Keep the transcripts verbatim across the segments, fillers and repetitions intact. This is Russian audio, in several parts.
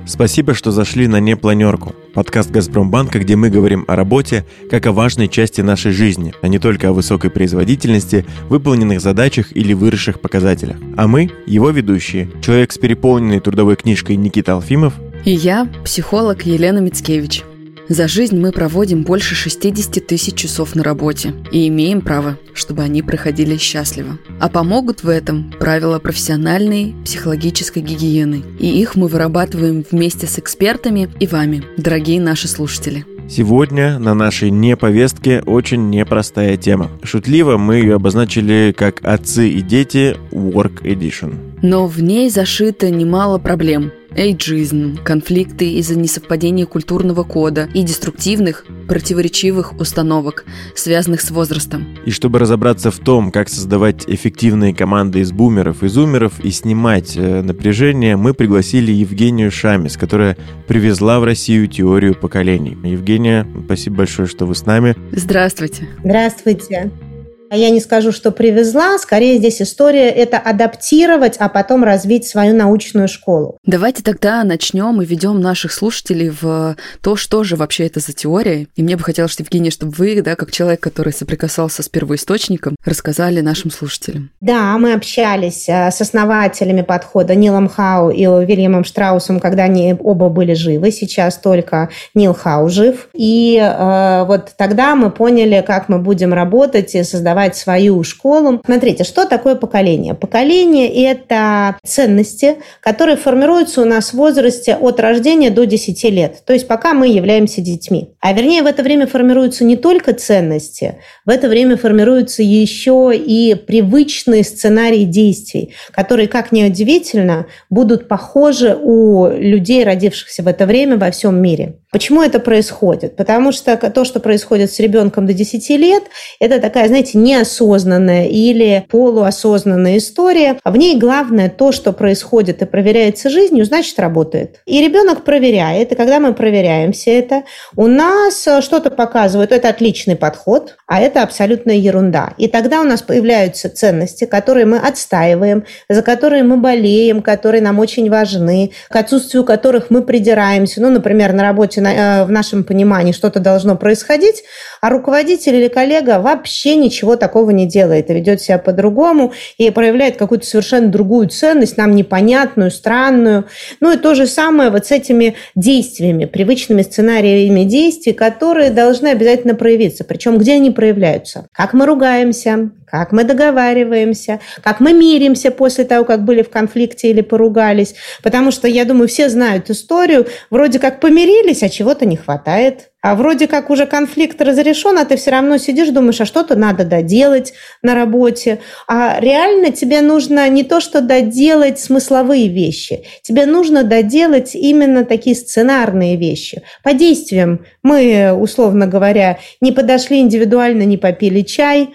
Спасибо, что зашли на «Непланерку», подкаст «Газпромбанка», где мы говорим о работе как о важной части нашей жизни, а не только о высокой производительности, выполненных задачах или выросших показателях. А мы – его ведущие, человек с переполненной трудовой книжкой Никита Алфимов и я, психолог Елена Мицкевич. За жизнь мы проводим больше шестьдесят тысяч часов на работе и имеем право, чтобы они проходили счастливо. А помогут в этом правила профессиональной психологической гигиены. И их мы вырабатываем вместе с экспертами и вами, дорогие наши слушатели. Сегодня на нашей неповестке очень непростая тема. Шутливо мы ее обозначили как «Отцы и дети Work Edition». Но в ней зашито немало проблем. Эйджизм, конфликты из-за несовпадения культурного кода и деструктивных, противоречивых установок, связанных с возрастом. И чтобы разобраться в том, как создавать эффективные команды из бумеров и зумеров и снимать э, напряжение, мы пригласили Евгению Шамис, которая привезла в Россию теорию поколений. Евгения, спасибо большое, что вы с нами. Здравствуйте. Здравствуйте. Я не скажу, что привезла, скорее здесь история – это адаптировать, а потом развить свою научную школу. Давайте тогда начнем и введем наших слушателей в то, что же вообще это за теория. И мне бы хотелось, Евгения, чтобы вы, да, как человек, который соприкасался с первоисточником, рассказали нашим слушателям. Да, мы общались с основателями подхода Нилом Хау и Вильямом Штраусом, когда они оба были живы. Сейчас только Нил Хау жив. И э, вот тогда мы поняли, как мы будем работать и создавать свою школу. Смотрите, что такое поколение? Поколение – это ценности, которые формируются у нас в возрасте от рождения до десяти лет, то есть пока мы являемся детьми. А вернее, в это время формируются не только ценности, в это время формируются еще и привычные сценарии действий, которые, как ни удивительно, будут похожи у людей, родившихся в это время во всем мире. Почему это происходит? Потому что то, что происходит с ребенком до десяти лет, это такая, знаете, неосознанная или полуосознанная история. В ней главное то, что происходит и проверяется жизнью, значит, работает. И ребенок проверяет, и когда мы проверяем все это, у нас что-то показывает. Это отличный подход, а это абсолютная ерунда. И тогда у нас появляются ценности, которые мы отстаиваем, за которые мы болеем, которые нам очень важны, к отсутствию которых мы придираемся. Ну, например, на работе в нашем понимании что-то должно происходить, а руководитель или коллега вообще ничего такого не делает и ведет себя по-другому и проявляет какую-то совершенно другую ценность, нам непонятную, странную. Ну и то же самое вот с этими действиями, привычными сценариями действий, которые должны обязательно проявиться. Причем где они проявляются? Как мы ругаемся, как мы договариваемся, как мы миримся после того, как были в конфликте или поругались. Потому что, я думаю, все знают историю, вроде как помирились, а чего-то не хватает. А вроде как уже конфликт разрешен, а ты все равно сидишь, думаешь, а что-то надо доделать на работе. А реально тебе нужно не то, что доделать смысловые вещи. Тебе нужно доделать именно такие сценарные вещи. По действиям мы, условно говоря, не подошли индивидуально, не попили чай,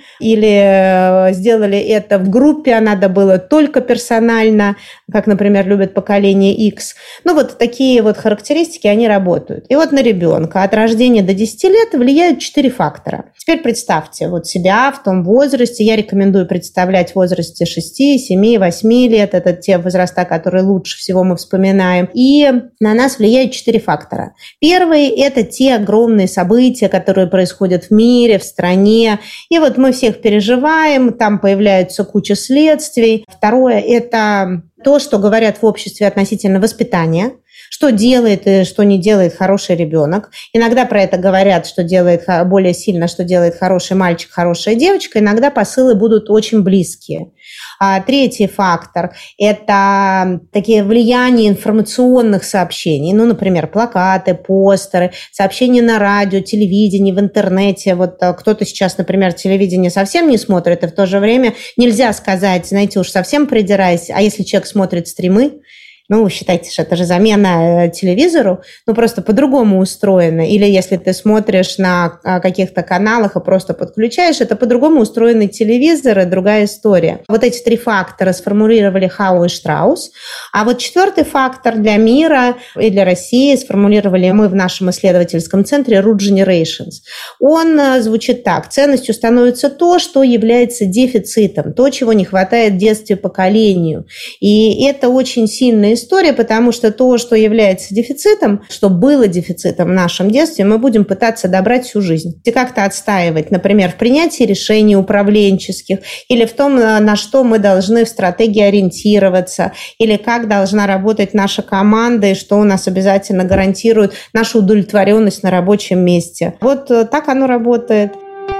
или сделали это в группе, а надо было только персонально, как, например, любят поколение X. Ну, вот такие вот характеристики, они работают. И вот на ребенка от рождения до десяти лет влияют четыре фактора. Теперь представьте вот себя в том возрасте. Я рекомендую представлять в возрасте шести, семи, восьми лет. Это те возраста, которые лучше всего мы вспоминаем. И на нас влияют четыре фактора. Первый – это те огромные события, которые происходят в мире, в стране. И вот мы всех переживаем, там появляется куча следствий. Второе – это то, что говорят в обществе относительно воспитания. Что делает и что не делает хороший ребенок. Иногда про это говорят, что делает более сильно, что делает хороший мальчик, хорошая девочка. Иногда посылы будут очень близкие. А третий фактор – это такие влияния информационных сообщений. Ну, например, плакаты, постеры, сообщения на радио, телевидении, в интернете. Вот кто-то сейчас, например, телевидение совсем не смотрит, и в то же время нельзя сказать, знаете, уж совсем придираясь, а если человек смотрит стримы, ну, считайте, что это же замена телевизору, ну, просто по-другому устроено. Или если ты смотришь на каких-то каналах и просто подключаешь, это по-другому устроенный телевизор и другая история. Вот эти три фактора сформулировали Хау и Штраус. А вот четвертый фактор для мира и для России сформулировали мы в нашем исследовательском центре Root Generations. Он звучит так. Ценностью становится то, что является дефицитом, то, чего не хватает в детстве поколению. И это очень сильная важная история, потому что то, что является дефицитом, что было дефицитом в нашем детстве, мы будем пытаться добрать всю жизнь. И как-то отстаивать, например, в принятии решений управленческих, или в том, на что мы должны в стратегии ориентироваться, или как должна работать наша команда, и что у нас обязательно гарантирует нашу удовлетворенность на рабочем месте. Вот так оно работает.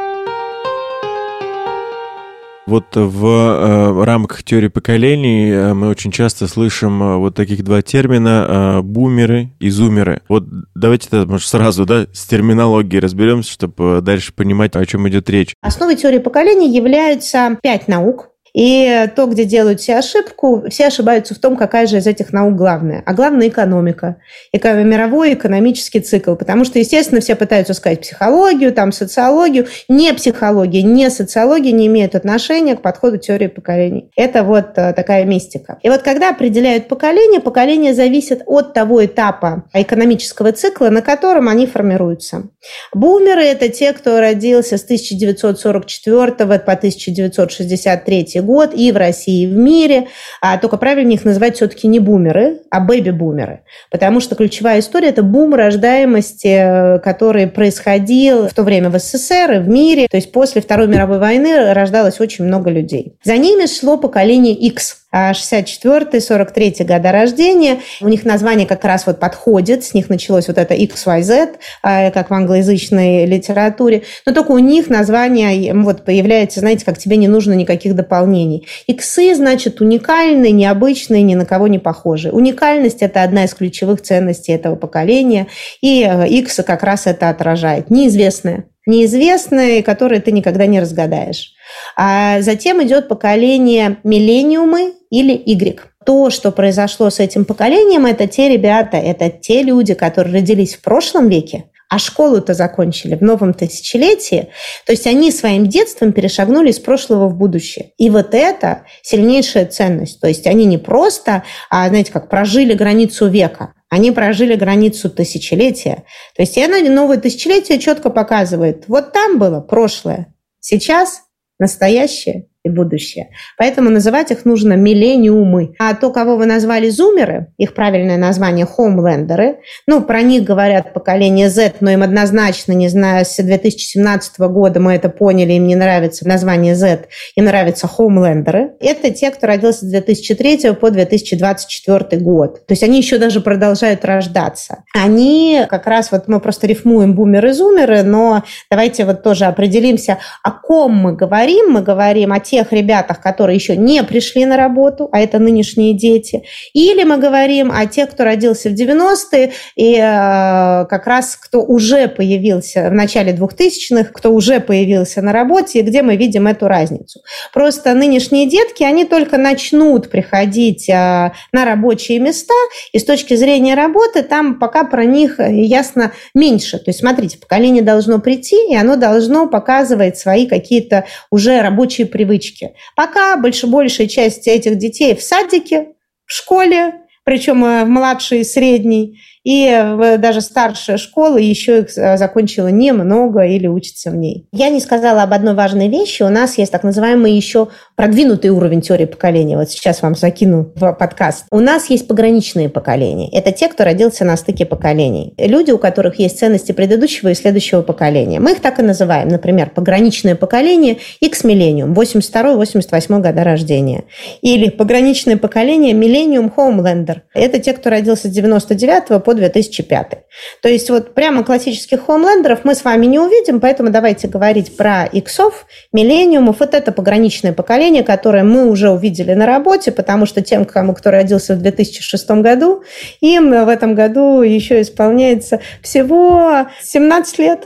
Вот в э, рамках теории поколений э, мы очень часто слышим э, вот таких два термина э, бумеры и зумеры. Вот давайте тогда, может, сразу, да, с терминологией разберемся, чтобы дальше понимать, о чем идет речь. Основой теории поколений являются пять наук. И то, где делают все ошибку, все ошибаются в том, какая же из этих наук главная. А главная экономика, эко- мировой экономический цикл. Потому что, естественно, все пытаются сказать психологию, там, социологию. Не психология, не социология не имеют отношения к подходу теории поколений. Это вот такая мистика. И вот когда определяют поколение, поколение зависит от того этапа экономического цикла, на котором они формируются. Бумеры – это те, кто родился с тысяча девятьсот сорок четвёртого по тысяча девятьсот шестьдесят третий год и в России, и в мире. А только правильнее их называть все-таки не бумеры, а бэби-бумеры. Потому что ключевая история – это бум рождаемости, который происходил в то время в СССР и в мире. То есть после Второй мировой войны рождалось очень много людей. За ними шло поколение X. шестьдесят четвёртый сорок третий года рождения. У них название как раз вот подходит. С них началось вот это икс уай зет, как в англоязычной литературе. Но только у них название вот появляется, знаете, как тебе не нужно никаких дополнений. Иксы, значит, уникальные, необычные, ни на кого не похожие. Уникальность – это одна из ключевых ценностей этого поколения. И иксы как раз это отражает. Неизвестное. Неизвестные, которые ты никогда не разгадаешь. А затем идет поколение миллениумы или Y. То, что произошло с этим поколением, это те ребята, это те люди, которые родились в прошлом веке, а школу-то закончили в новом тысячелетии. То есть они своим детством перешагнули из прошлого в будущее. И вот это сильнейшая ценность. То есть они не просто, а, знаете, как прожили границу века, они прожили границу тысячелетия. То есть это новое тысячелетие четко показывает, вот там было прошлое, сейчас настоящее и будущее. Поэтому называть их нужно миллениумы. А то, кого вы назвали зумеры, их правильное название хоумлендеры, ну, про них говорят поколение Z, но им однозначно, не знаю, с две тысячи семнадцатого года мы это поняли, им не нравится название Z, им нравятся хоумлендеры. Это те, кто родился с две тысячи третьего по две тысячи двадцать четвёртый год. То есть они еще даже продолжают рождаться. Они как раз, вот мы просто рифмуем бумеры-зумеры, но давайте вот тоже определимся, о ком мы говорим. Мы говорим о тех ребятах, которые еще не пришли на работу, а это нынешние дети. Или мы говорим о тех, кто родился в девяностые, и э, как раз кто уже появился в начале двухтысячных, кто уже появился на работе, и где мы видим эту разницу. Просто нынешние детки, они только начнут приходить э, на рабочие места, и с точки зрения работы там пока про них ясно меньше. То есть, смотрите, поколение должно прийти, и оно должно показывать свои какие-то уже рабочие привычки. Пока больше, большая часть этих детей в садике, в школе, причем в младшей и средней, и даже старшая школа еще их закончила немного или учится в ней. Я не сказала об одной важной вещи. У нас есть так называемый еще продвинутый уровень теории поколения. Вот сейчас вам закину в подкаст. У нас есть пограничные поколения. Это те, кто родился на стыке поколений. Люди, у которых есть ценности предыдущего и следующего поколения. Мы их так и называем. Например, пограничное поколение X-миллениум, восемьдесят второй восемьдесят восьмой года рождения. Или пограничное поколение Millennium Homelander. Это те, кто родился с девяносто девятого по две тысячи пятый. То есть вот прямо классических хоумлендеров мы с вами не увидим, поэтому давайте говорить про иксов, миллениумов. Вот это пограничное поколение, которое мы уже увидели на работе, потому что тем, кому кто родился в две тысячи шестом году, им в этом году еще исполняется всего семнадцать лет.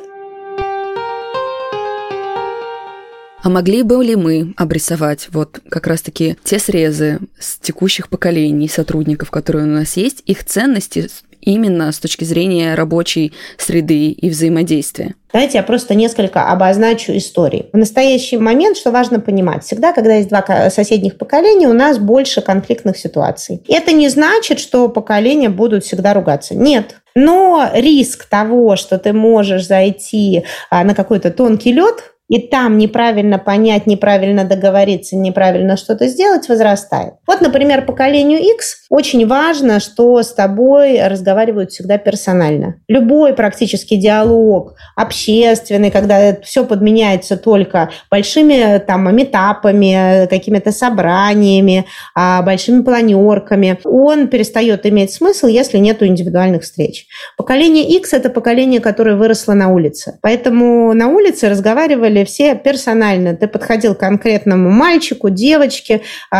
А могли бы ли мы обрисовать вот как раз-таки те срезы с текущих поколений сотрудников, которые у нас есть, их ценности именно с точки зрения рабочей среды и взаимодействия? Давайте я просто несколько обозначу истории. В настоящий момент, что важно понимать, всегда, когда есть два соседних поколения, у нас больше конфликтных ситуаций. Это не значит, что поколения будут всегда ругаться. Нет. Но риск того, что ты можешь зайти на какой-то тонкий лед, и там неправильно понять, неправильно договориться, неправильно что-то сделать, возрастает. Вот, например, поколению X очень важно, что с тобой разговаривают всегда персонально. Любой практически диалог, общественный, когда все подменяется только большими там митапами, какими-то собраниями, большими планерками, он перестает иметь смысл, если нет индивидуальных встреч. Поколение X – это поколение, которое выросло на улице. Поэтому на улице разговаривали все персонально. Ты подходил к конкретному мальчику, девочке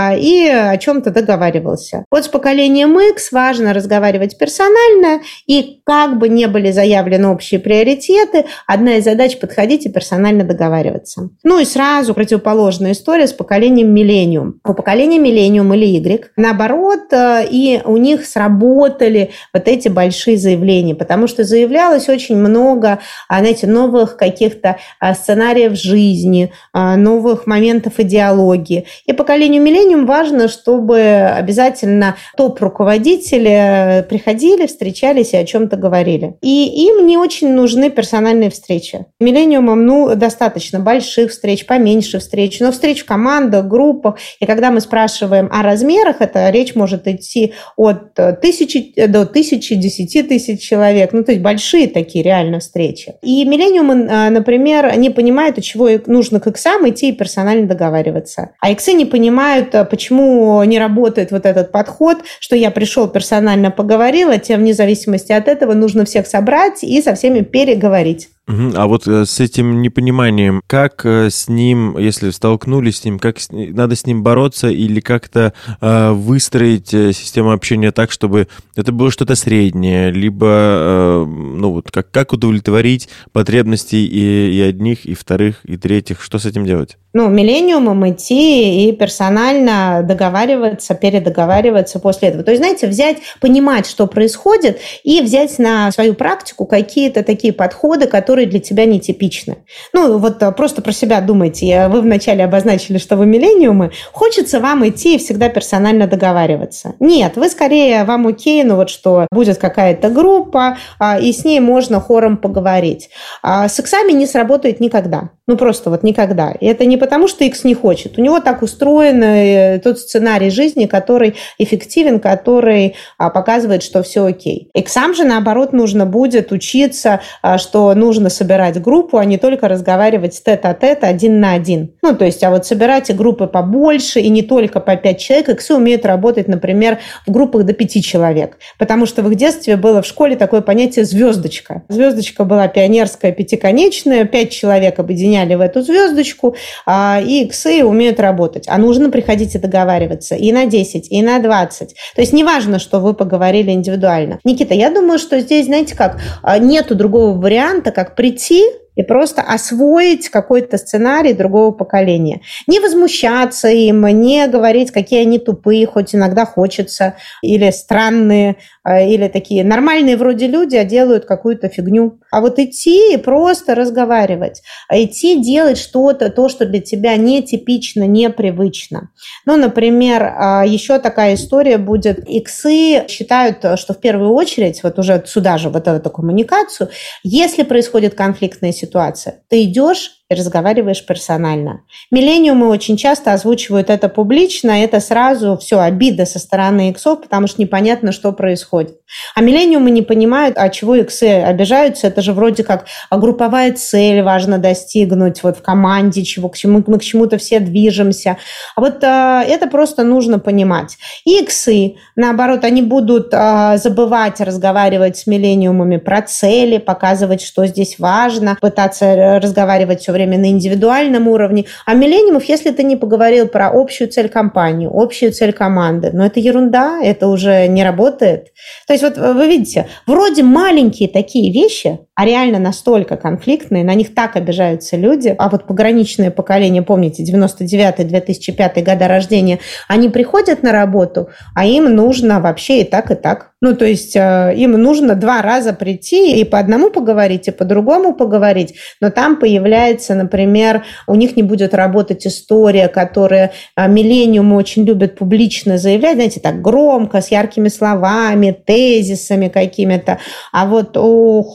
и о чем-то договаривался. Вот с поколением X важно разговаривать персонально, и как бы не были заявлены общие приоритеты, одна из задач – подходить и персонально договариваться. Ну и сразу противоположная история с поколением миллениум. У поколения миллениум или Y, наоборот, и у них сработали вот эти большие заявления, потому что заявлялось очень много, знаете, новых каких-то сценариев жизни, новых моментов идеологии. И поколению миллениум важно, чтобы обязательно топ-руководители приходили, встречались и о чем-то говорили. И им не очень нужны персональные встречи. Миллениумам ну, достаточно больших встреч, поменьше встреч, но встреч в командах, группах. И когда мы спрашиваем о размерах, это речь может идти от тысячи до тысячи, десяти тысяч человек. Ну, то есть большие такие реально встречи. И миллениумы, например, не понимают, от чего нужно к иксам идти и персонально договариваться. А иксы не понимают, почему не работает вот этот подход, что я пришел персонально поговорил, а тем вне зависимости от этого нужно всех собрать и со всеми переговорить. А вот с этим непониманием, как с ним, если столкнулись с ним, как с, надо с ним бороться или как-то э, выстроить систему общения так, чтобы это было что-то среднее, либо э, ну вот как, как удовлетворить потребности и, и одних, и вторых, и третьих, что с этим делать? Ну, миллениумам идти и персонально договариваться, передоговариваться после этого. То есть, знаете, взять, понимать, что происходит, и взять на свою практику какие-то такие подходы, которые для тебя нетипичны. Ну, вот просто про себя думайте. Вы вначале обозначили, что вы миллениумы. Хочется вам идти и всегда персонально договариваться? Нет, вы скорее, вам окей, ну вот что будет какая-то группа, и с ней можно хором поговорить. А с иксами не сработает никогда. Ну, просто вот никогда. И это не потому, что X не хочет. У него так устроен тот сценарий жизни, который эффективен, который показывает, что все окей. Иксам же, наоборот, нужно будет учиться, что нужно собирать группу, а не только разговаривать тет-а-тет один на один. Ну, то есть, а вот собирать и группы побольше, и не только по пять человек. Иксы умеют работать, например, в группах до пяти человек. Потому что в их детстве было в школе такое понятие «звездочка». Звездочка была пионерская, пятиконечная, пять человек объединяли в эту звездочку, и иксы умеют работать. А нужно приходить и договариваться и на десять, и на двадцать. То есть неважно, что вы поговорили индивидуально. Никита, я думаю, что здесь, знаете как, нету другого варианта, как прийти и просто освоить какой-то сценарий другого поколения. Не возмущаться им, не говорить, какие они тупые, хоть иногда хочется, или странные, или такие нормальные вроде люди, а делают какую-то фигню. А вот идти и просто разговаривать. А идти делать что-то, то, что для тебя нетипично, непривычно. Ну, например, еще такая история будет. Иксы считают, что в первую очередь, вот уже сюда же, вот эту коммуникацию, если происходит конфликтная ситуация, ситуация. Ты идешь и разговариваешь персонально. Миллениумы очень часто озвучивают это публично, это сразу все обида со стороны иксов, потому что непонятно, что происходит. А миллениумы не понимают, а чего иксы обижаются. Это же вроде как групповая цель важно достигнуть вот в команде, чего, к чему, мы к чему-то все движемся. А вот а, это просто нужно понимать. И иксы, наоборот, они будут а, забывать разговаривать с миллениумами про цели, показывать, что здесь важно, пытаться разговаривать все время на индивидуальном уровне. А миллениумов, если ты не поговорил про общую цель компании, общую цель команды, но это ерунда, это уже не работает. То есть вот вы видите, вроде маленькие такие вещи, а реально настолько конфликтные, на них так обижаются люди. А вот пограничное поколение, помните, девяносто девятый - две тысячи пятый года рождения, они приходят на работу, а им нужно вообще и так, и так. Ну, то есть им нужно два раза прийти и по одному поговорить, и по другому поговорить. Но там появляется, например, у них не будет работать история, которая миллениумы очень любят публично заявлять, знаете, так громко, с яркими словами, тезисами какими-то. А вот у Хоумлендера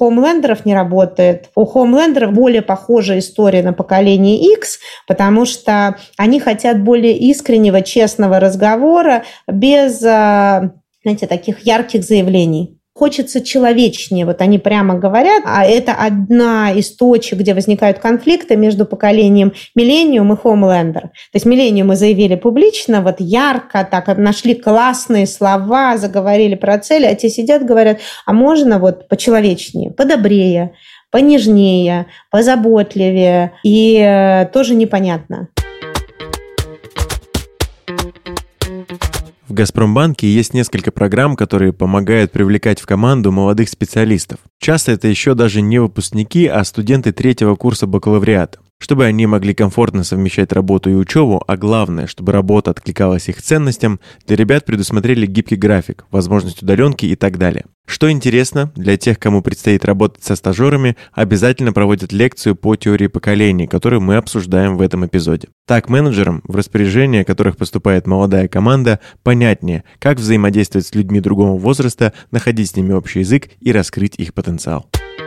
хоумлендеров не работает. У хоумлендеров более похожая история на поколение X, потому что они хотят более искреннего, честного разговора без, знаете, таких ярких заявлений. Хочется человечнее, вот они прямо говорят, а это одна из точек, где возникают конфликты между поколением миллениум и хоумлендер. То есть миллениумы заявили публично, вот ярко, так нашли классные слова, заговорили про цели, а те сидят, говорят, а можно вот почеловечнее, подобрее, понежнее, позаботливее, и э, тоже непонятно. В «Газпромбанке» есть несколько программ, которые помогают привлекать в команду молодых специалистов. Часто это еще даже не выпускники, а студенты третьего курса бакалавриата. Чтобы они могли комфортно совмещать работу и учебу, а главное, чтобы работа откликалась их ценностям, для ребят предусмотрели гибкий график, возможность удаленки и так далее. Что интересно, для тех, кому предстоит работать со стажерами, обязательно проводят лекцию по теории поколений, которую мы обсуждаем в этом эпизоде. Так менеджерам, в распоряжение которых поступает молодая команда, понятнее, как взаимодействовать с людьми другого возраста, находить с ними общий язык и раскрыть их потенциал.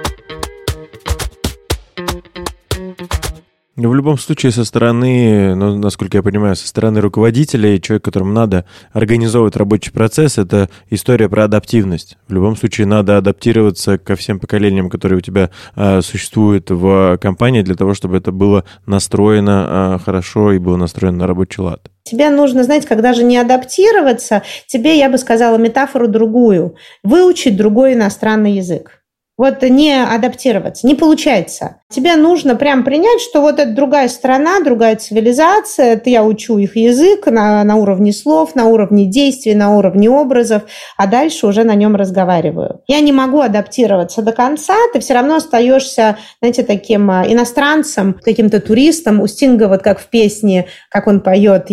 В любом случае, со стороны, ну, насколько я понимаю, со стороны руководителя и человека, которому надо организовывать рабочий процесс, это история про адаптивность. В любом случае, надо адаптироваться ко всем поколениям, которые у тебя э, существуют в компании, для того, чтобы это было настроено э, хорошо и было настроено на рабочий лад. Тебе нужно, знаете, когда же не адаптироваться, тебе, я бы сказала, метафору другую. Выучить другой иностранный язык. Вот не адаптироваться, не получается. Тебе нужно прям принять, что вот это другая страна, другая цивилизация, это я учу их язык на, на уровне слов, на уровне действий, на уровне образов, а дальше уже на нем разговариваю. Я не могу адаптироваться до конца, ты все равно остаешься, знаете, таким иностранцем, каким-то туристом. У Стинга, вот как в песне, как он поет,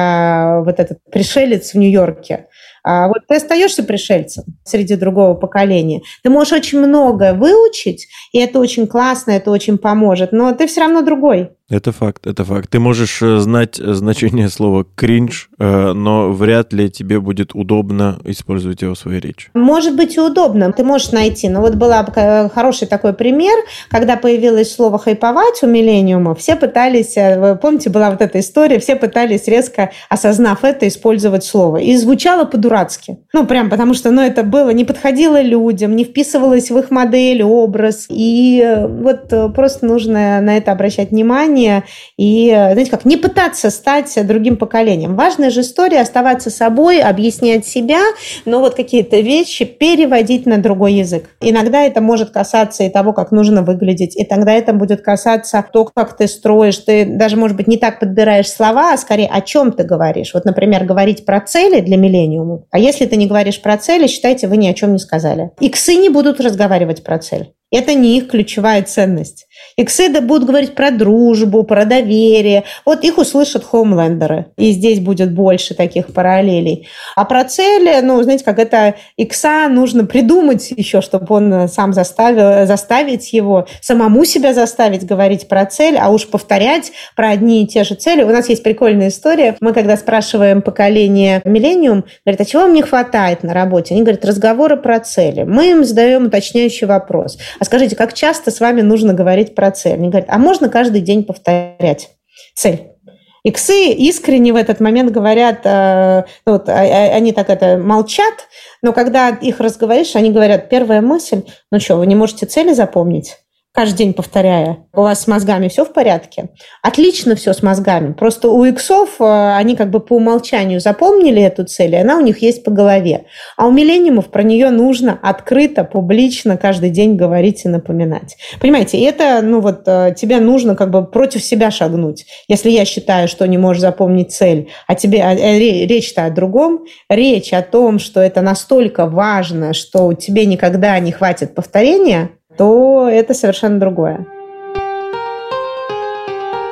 я вот этот пришелец в Нью-Йорке. А вот ты остаешься пришельцем среди другого поколения. Ты можешь очень многое выучить, и это очень классно, это очень поможет, но ты все равно другой. Это факт, это факт. Ты можешь знать значение слова «кринж», но вряд ли тебе будет удобно использовать его в своей речи. Может быть и удобно, ты можешь найти. Но вот был хороший такой пример, когда появилось слово «хайповать» у миллениума, все пытались, вы помните, была вот эта история, все пытались резко, осознав это, использовать слово. И звучало по-дурацки. Ну, прям потому что ну, это было, не подходило людям, не вписывалось в их модель, образ. И вот просто нужно на это обращать внимание. И, знаете, как не пытаться стать другим поколением. Важная же история оставаться собой, объяснять себя, но вот какие-то вещи переводить на другой язык. Иногда это может касаться и того, как нужно выглядеть, и тогда это будет касаться того, как ты строишь. Ты даже, может быть, не так подбираешь слова, а скорее о чем ты говоришь. Вот, например, говорить про цели для миллениума. А если ты не говоришь про цели, считайте, вы ни о чем не сказали. Иксы не будут разговаривать про цель. Это не их ключевая ценность. Иксы будут говорить про дружбу, про доверие. Вот их услышат хоумлендеры. И здесь будет больше таких параллелей. А про цели, ну, знаете, как это икса нужно придумать еще, чтобы он сам заставил, заставить его, самому себя заставить говорить про цель, а уж повторять про одни и те же цели. У нас есть прикольная история. Мы, когда спрашиваем поколение миллениум, говорят, а чего вам не хватает на работе? Они говорят, разговоры про цели. Мы им задаем уточняющий вопрос. А скажите, как часто с вами нужно говорить про цель? Они говорят, а можно каждый день повторять цель? Иксы искренне в этот момент говорят, э, ну, вот, они так это молчат, но когда их разговоришь, они говорят, первая мысль, ну что, вы не можете цели запомнить? Каждый день повторяя, у вас с мозгами все в порядке? Отлично все с мозгами. Просто у иксов они как бы по умолчанию запомнили эту цель, и она у них есть по голове. А у миллениумов про нее нужно открыто, публично каждый день говорить и напоминать. Понимаете, и это, ну вот, тебе нужно как бы против себя шагнуть. Если я считаю, что не можешь запомнить цель, а тебе а, речь-то о другом, речь о том, что это настолько важно, что тебе никогда не хватит повторения, то это совершенно другое.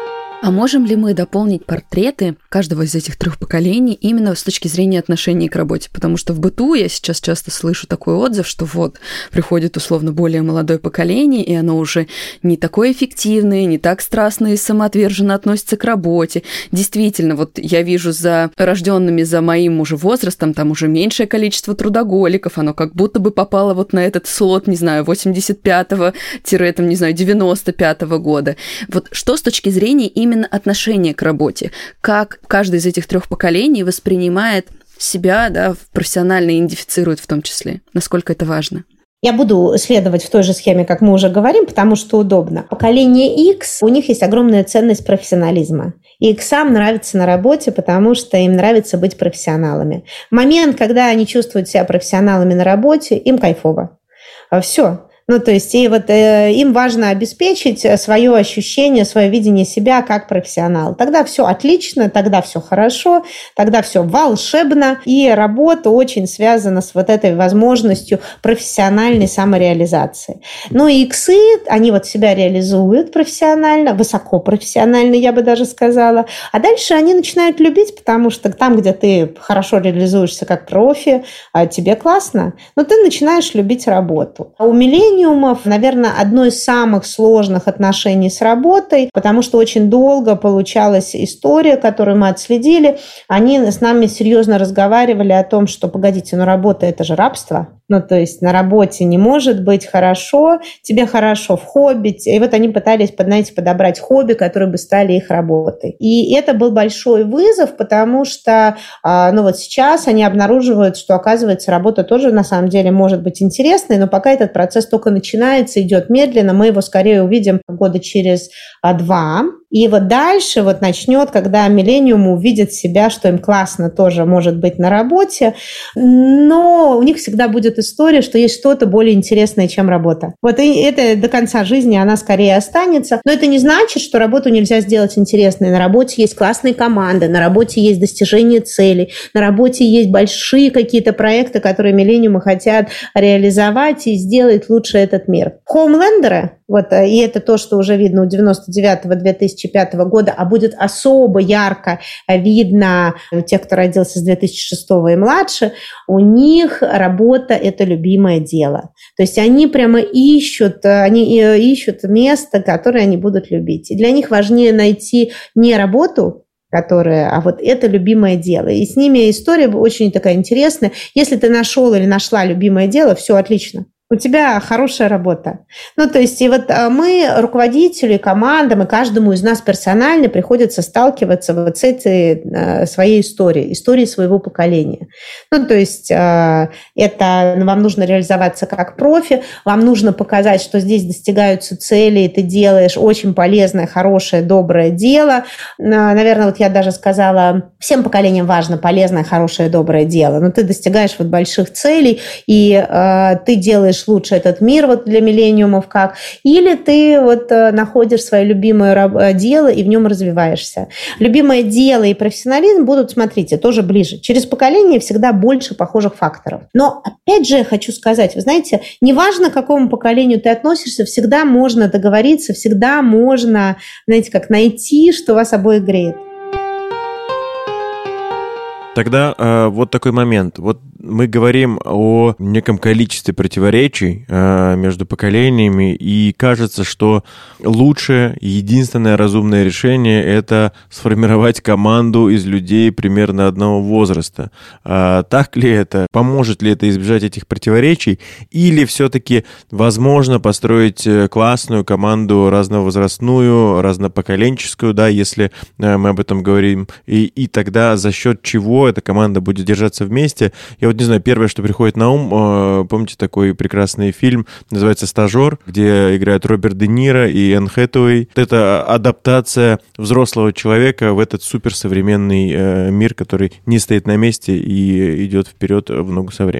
А можем ли мы дополнить портреты каждого из этих трех поколений именно с точки зрения отношения к работе? Потому что в быту я сейчас часто слышу такой отзыв, что вот приходит условно более молодое поколение, и оно уже не такое эффективное, не так страстно и самоотверженно относится к работе. Действительно, вот я вижу за рожденными за моим уже возрастом, там уже меньшее количество трудоголиков, оно как будто бы попало вот на этот слот, не знаю, восемьдесят пятого там, не знаю, девяносто пятого года. Вот что с точки зрения именно отношение к работе, как каждый из этих трех поколений воспринимает себя, да, профессионально идентифицирует в том числе, насколько это важно? Я буду следовать в той же схеме, как мы уже говорим, потому что удобно. Поколение X, у них есть огромная ценность профессионализма. И иксам нравится на работе, потому что им нравится быть профессионалами. В момент, когда они чувствуют себя профессионалами на работе, им кайфово. Все. Ну, то есть, и вот э, им важно обеспечить свое ощущение, свое видение себя как профессионал. Тогда все отлично, тогда все хорошо, тогда все волшебно, и работа очень связана с вот этой возможностью профессиональной самореализации. Ну, и иксы, они вот себя реализуют профессионально, высокопрофессионально, я бы даже сказала, а дальше они начинают любить, потому что там, где ты хорошо реализуешься как профи, тебе классно, но ты начинаешь любить работу. А у миллениумов, наверное, одно из самых сложных отношений с работой, потому что очень долго получалась история, которую мы отследили. Они с нами серьезно разговаривали о том, что, погодите, ну работа – это же рабство. Ну, то есть на работе не может быть хорошо, тебе хорошо в хобби. И вот они пытались, знаете, подобрать хобби, которые бы стали их работой. И это был большой вызов, потому что, ну вот сейчас они обнаруживают, что, оказывается, работа тоже на самом деле может быть интересной, но пока этот процесс только начинается, идет медленно, мы его скорее увидим года через два. И вот дальше вот начнет, когда миллениум увидит себя, что им классно тоже может быть на работе, но у них всегда будет история, что есть что-то более интересное, чем работа. Вот и это до конца жизни она скорее останется. Но это не значит, что работу нельзя сделать интересной. На работе есть классные команды, на работе есть достижение целей, на работе есть большие какие-то проекты, которые миллениумы хотят реализовать и сделать лучше этот мир. Хоумлендеры, вот, и это то, что уже видно у девяносто девятого - две тысячи пятого года, а будет особо ярко видно у тех, кто родился с две тысячи шестого и младше, у них работа – это любимое дело. То есть они прямо ищут, они ищут место, которое они будут любить. И для них важнее найти не работу, которая, а вот это любимое дело. И с ними история очень такая интересная. Если ты нашел или нашла любимое дело, все отлично. У тебя хорошая работа. Ну, то есть, и вот мы, руководители, командам, и каждому из нас персонально приходится сталкиваться вот с этой э, своей историей, историей своего поколения. Ну, то есть, э, это вам нужно реализоваться как профи, вам нужно показать, что здесь достигаются цели, и ты делаешь очень полезное, хорошее, доброе дело. Наверное, вот я даже сказала, всем поколениям важно полезное, хорошее, доброе дело, но ты достигаешь вот больших целей, и э, ты делаешь лучше этот мир вот для миллениумов как, или ты вот находишь свое любимое дело и в нем развиваешься. Любимое дело и профессионализм будут, смотрите, тоже ближе. Через поколение всегда больше похожих факторов. Но опять же я хочу сказать, вы знаете, неважно, к какому поколению ты относишься, всегда можно договориться, всегда можно, знаете, как найти, что вас обоих греет. Тогда э, вот такой момент. Вот мы говорим о неком количестве противоречий э, между поколениями, и кажется, что лучшее, единственное разумное решение – это сформировать команду из людей примерно одного возраста. А так ли это? Поможет ли это избежать этих противоречий? Или все-таки возможно построить классную команду разновозрастную, разнопоколенческую, да, если э, мы об этом говорим, и, и тогда за счет чего эта команда будет держаться вместе? Я вот не знаю, первое, что приходит на ум, помните такой прекрасный фильм, называется «Стажер», где играют Роберт Де Ниро и Энн Хэтэуэй. Это адаптация взрослого человека в этот суперсовременный мир, который не стоит на месте и идет вперед в ногу со временем.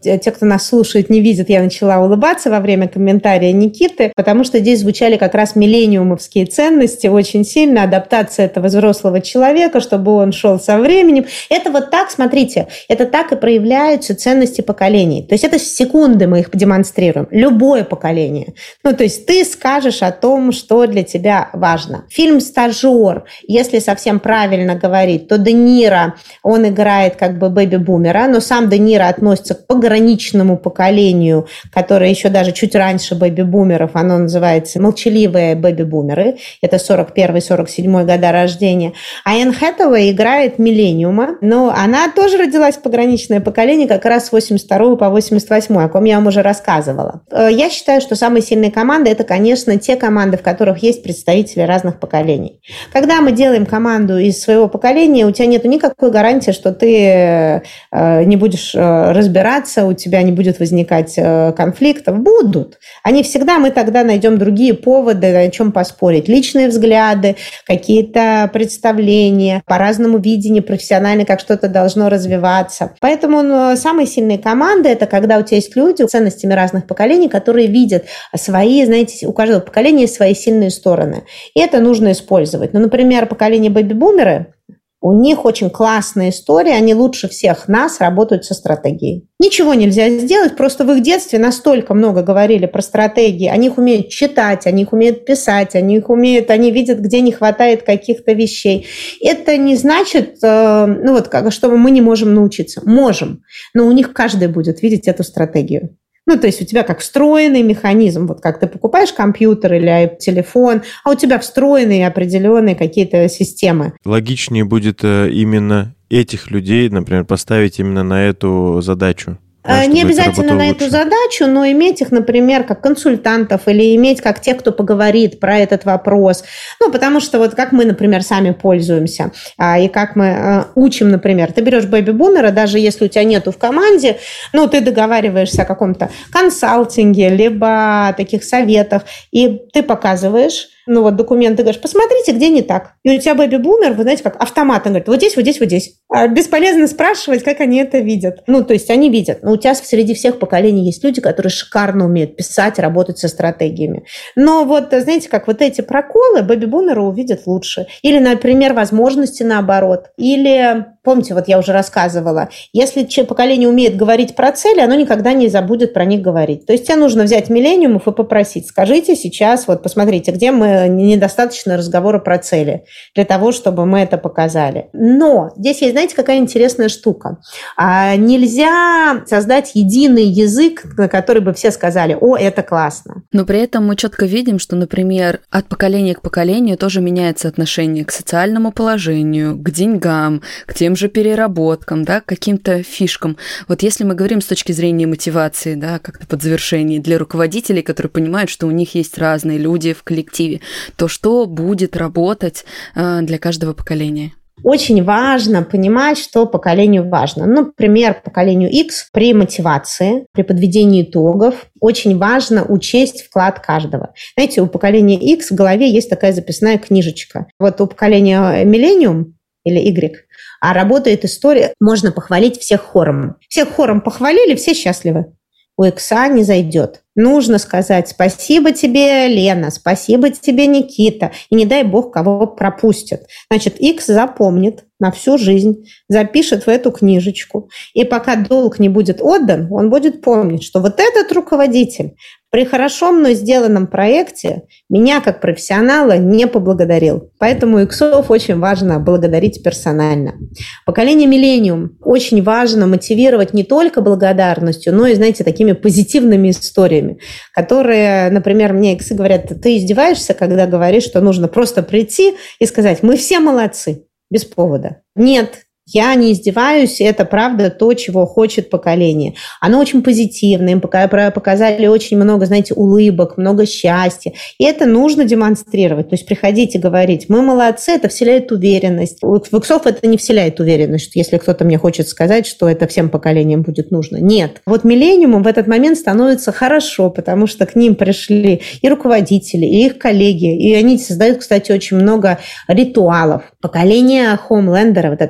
те, кто нас слушает, не видят, я начала улыбаться во время комментария Никиты, потому что здесь звучали как раз миллениумовские ценности, очень сильно адаптация этого взрослого человека, чтобы он шел со временем. Это вот так, смотрите, это так и проявляются ценности поколений. То есть это с секунды мы их демонстрируем. Любое поколение. Ну, то есть ты скажешь о том, что для тебя важно. Фильм «Стажер», если совсем правильно говорить, то Де Ниро, он играет как бы бэби-бумера, но сам Де Ниро относится к пограничному поколению, которое еще даже чуть раньше бэби-бумеров, оно называется молчаливые бэби-бумеры. Это сорок первый сорок седьмой года рождения. А Энн Хэтэуэй играет миллениума, но она тоже родилась в пограничное поколение как раз с восемьдесят второго по восемьдесят восьмой, о ком я вам уже рассказывала. Я считаю, что самые сильные команды – это, конечно, те команды, в которых есть представители разных поколений. Когда мы делаем команду из своего поколения, у тебя нет никакой гарантии, что ты не будешь разбираться, у тебя не будет возникать конфликтов. Будут. Они всегда, мы тогда найдем другие поводы, о чем поспорить. Личные взгляды, какие-то представления, по-разному видение профессионально, как что-то должно развиваться. Поэтому самые сильные команды – это когда у тебя есть люди с ценностями разных поколений, которые видят свои, знаете, у каждого поколения есть свои сильные стороны. И это нужно использовать. Ну, например, поколение бэби-бумеры, у них очень классная история, они лучше всех нас работают со стратегией. Ничего нельзя сделать, просто в их детстве настолько много говорили про стратегии, они их умеют читать, они их умеют писать, они их умеют, они видят, где не хватает каких-то вещей. Это не значит, ну вот, что мы не можем научиться. Можем, но у них каждый будет видеть эту стратегию. Ну, то есть у тебя как встроенный механизм, вот как ты покупаешь компьютер или телефон, а у тебя встроенные определенные какие-то системы. Логичнее будет именно этих людей, например, поставить именно на эту задачу. Да, не обязательно на лучше. Эту задачу, но иметь их, например, как консультантов или иметь как тех, кто поговорит про этот вопрос. Ну, потому что вот как мы, например, сами пользуемся и как мы учим, например. Ты берешь бэби-бумера, даже если у тебя нету в команде, ну, ты договариваешься о каком-то консалтинге, либо таких советах, и ты показываешь, ну вот документы, говоришь, посмотрите, где не так. И у тебя бэби-бумер, вы знаете, как автоматом говорит, вот здесь, вот здесь, вот здесь. А бесполезно спрашивать, как они это видят. Ну, то есть они видят. Но у тебя среди всех поколений есть люди, которые шикарно умеют писать, работать со стратегиями. Но вот, знаете, как вот эти проколы бэби-бумеры увидят лучше. Или, например, возможности наоборот. Или, помните, вот я уже рассказывала, если поколение умеет говорить про цели, оно никогда не забудет про них говорить. То есть тебе нужно взять миллениумов и попросить, скажите сейчас, вот посмотрите, где мы недостаточно разговора про цели для того, чтобы мы это показали. Но здесь есть, знаете, какая интересная штука. А, нельзя создать единый язык, на который бы все сказали, о, это классно. Но при этом мы четко видим, что, например, от поколения к поколению тоже меняется отношение к социальному положению, к деньгам, к тем же переработкам, да, к каким-то фишкам. Вот если мы говорим с точки зрения мотивации, да, как-то под завершение, для руководителей, которые понимают, что у них есть разные люди в коллективе, то что будет работать для каждого поколения? Очень важно понимать, что поколению важно. Например, поколению X при мотивации, при подведении итогов очень важно учесть вклад каждого. Знаете, у поколения X в голове есть такая записная книжечка. Вот у поколения Millennium или Y а работает история, можно похвалить всех хором. Всех хором похвалили, все счастливы. У Икса не зайдет. Нужно сказать спасибо тебе, Лена, спасибо тебе, Никита. И не дай бог, кого пропустят. Значит, Икс запомнит на всю жизнь, запишет в эту книжечку. И пока долг не будет отдан, он будет помнить, что вот этот руководитель при хорошо мной сделанном проекте меня как профессионала не поблагодарил. Поэтому иксов очень важно благодарить персонально. Поколение Millennium очень важно мотивировать не только благодарностью, но и, знаете, такими позитивными историями, которые, например, мне иксы говорят, ты издеваешься, когда говоришь, что нужно просто прийти и сказать, мы все молодцы, без повода. Нет. Я не издеваюсь, это правда то, чего хочет поколение. Оно очень позитивное, им показали очень много, знаете, улыбок, много счастья. И это нужно демонстрировать. То есть приходить и говорить, мы молодцы, это вселяет уверенность. У иксов это не вселяет уверенность, что если кто-то мне хочет сказать, что это всем поколениям будет нужно. Нет. Вот миллениумам в этот момент становится хорошо, потому что к ним пришли и руководители, и их коллеги. И они создают, кстати, очень много ритуалов. Поколение Хоумлендера, вот это пограничное,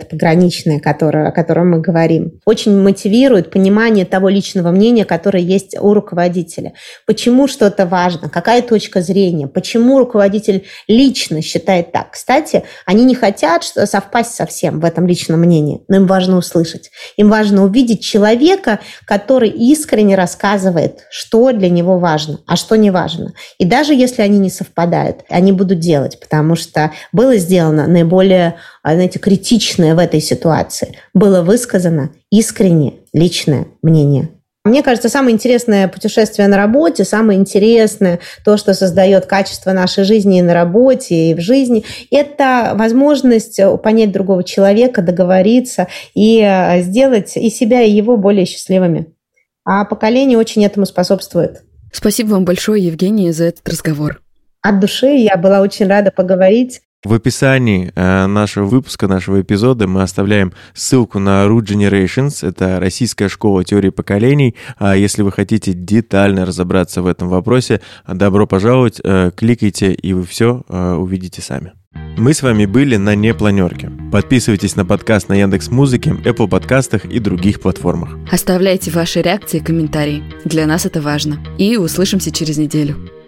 лаконичное, которое, о котором мы говорим. Очень мотивирует понимание того личного мнения, которое есть у руководителя. Почему что-то важно, какая точка зрения, почему руководитель лично считает так. Кстати, они не хотят совпасть совсем в этом личном мнении, но им важно услышать. Им важно увидеть человека, который искренне рассказывает, что для него важно, а что не важно. И даже если они не совпадают, они будут делать, потому что было сделано наиболее, знаете, критичное в этой ситуации. Было высказано искренне личное мнение. Мне кажется, самое интересное путешествие на работе, самое интересное, то, что создает качество нашей жизни и на работе, и в жизни, это возможность понять другого человека, договориться и сделать и себя, и его более счастливыми. А поколение очень этому способствует. Спасибо вам большое, Евгения, за этот разговор. От души я была очень рада поговорить. В описании э, нашего выпуска, нашего эпизода мы оставляем ссылку на Root Generations, это российская школа теории поколений. А если вы хотите детально разобраться в этом вопросе, добро пожаловать, э, кликайте, и вы все э, увидите сами. Мы с вами были на Непланерке. Подписывайтесь на подкаст на Яндекс.Музыке, Apple подкастах и других платформах. Оставляйте ваши реакции и комментарии. Для нас это важно. И услышимся через неделю.